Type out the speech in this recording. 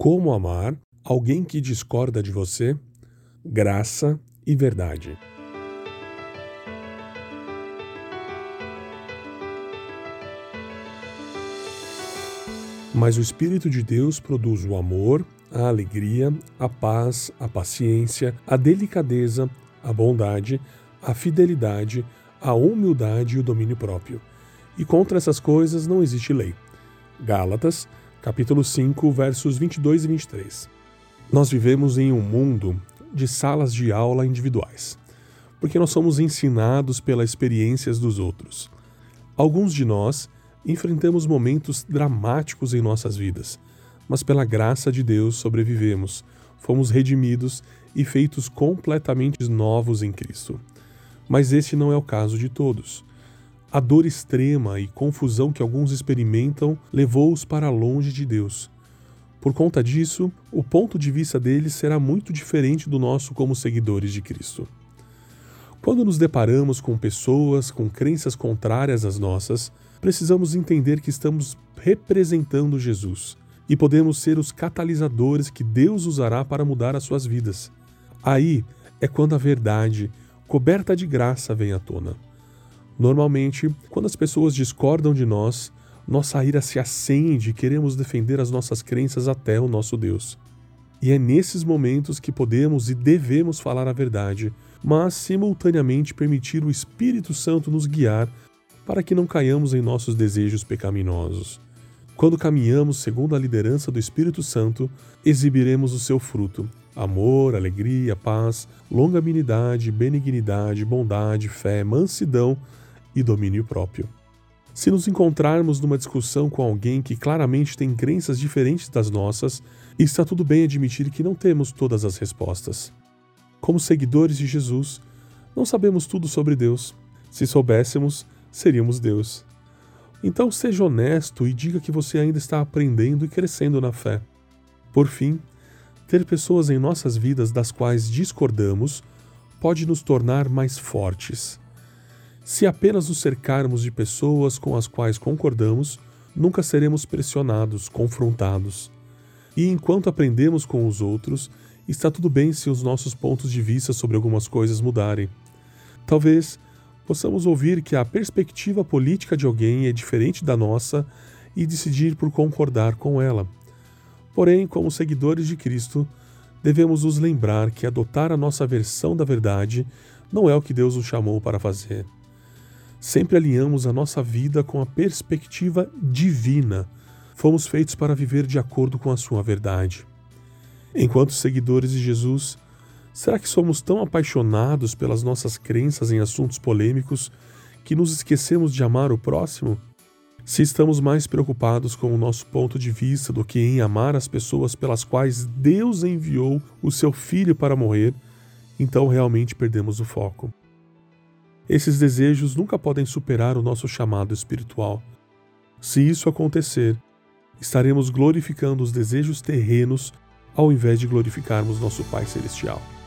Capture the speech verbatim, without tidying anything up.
Como amar alguém que discorda de você? Graça e verdade. Mas o Espírito de Deus produz o amor, a alegria, a paz, a paciência, a delicadeza, a bondade, a fidelidade, a humildade e o domínio próprio. E contra essas coisas não existe lei. Gálatas, capítulo cinco, versos vinte e dois e vinte e três. Nós vivemos em um mundo de salas de aula individuais, porque nós somos ensinados pelas experiências dos outros. Alguns de nós enfrentamos momentos dramáticos em nossas vidas, mas pela graça de Deus sobrevivemos, fomos redimidos e feitos completamente novos em Cristo. Mas este não é o caso de todos. A dor extrema e confusão que alguns experimentam levou-os para longe de Deus. Por conta disso, o ponto de vista deles será muito diferente do nosso como seguidores de Cristo. Quando nos deparamos com pessoas com crenças contrárias às nossas, precisamos entender que estamos representando Jesus e podemos ser os catalisadores que Deus usará para mudar as suas vidas. Aí é quando a verdade, coberta de graça, vem à tona. Normalmente, quando as pessoas discordam de nós, nossa ira se acende e queremos defender as nossas crenças até o nosso Deus. E é nesses momentos que podemos e devemos falar a verdade, mas simultaneamente permitir o Espírito Santo nos guiar para que não caiamos em nossos desejos pecaminosos. Quando caminhamos segundo a liderança do Espírito Santo, exibiremos o seu fruto: amor, alegria, paz, longanimidade, benignidade, bondade, fé, mansidão e domínio próprio. Se nos encontrarmos numa discussão com alguém que claramente tem crenças diferentes das nossas, está tudo bem admitir que não temos todas as respostas. Como seguidores de Jesus, não sabemos tudo sobre Deus. Se soubéssemos, seríamos Deus. Então seja honesto e diga que você ainda está aprendendo e crescendo na fé. Por fim, ter pessoas em nossas vidas das quais discordamos pode nos tornar mais fortes. Se apenas nos cercarmos de pessoas com as quais concordamos, nunca seremos pressionados, confrontados. E enquanto aprendemos com os outros, está tudo bem se os nossos pontos de vista sobre algumas coisas mudarem. Talvez possamos ouvir que a perspectiva política de alguém é diferente da nossa e decidir por concordar com ela. Porém, como seguidores de Cristo, devemos nos lembrar que adotar a nossa versão da verdade não é o que Deus nos chamou para fazer. Sempre alinhamos a nossa vida com a perspectiva divina. Fomos feitos para viver de acordo com a sua verdade. Enquanto seguidores de Jesus, será que somos tão apaixonados pelas nossas crenças em assuntos polêmicos que nos esquecemos de amar o próximo? Se estamos mais preocupados com o nosso ponto de vista do que em amar as pessoas pelas quais Deus enviou o seu Filho para morrer, então realmente perdemos o foco. Esses desejos nunca podem superar o nosso chamado espiritual. Se isso acontecer, estaremos glorificando os desejos terrenos ao invés de glorificarmos nosso Pai Celestial.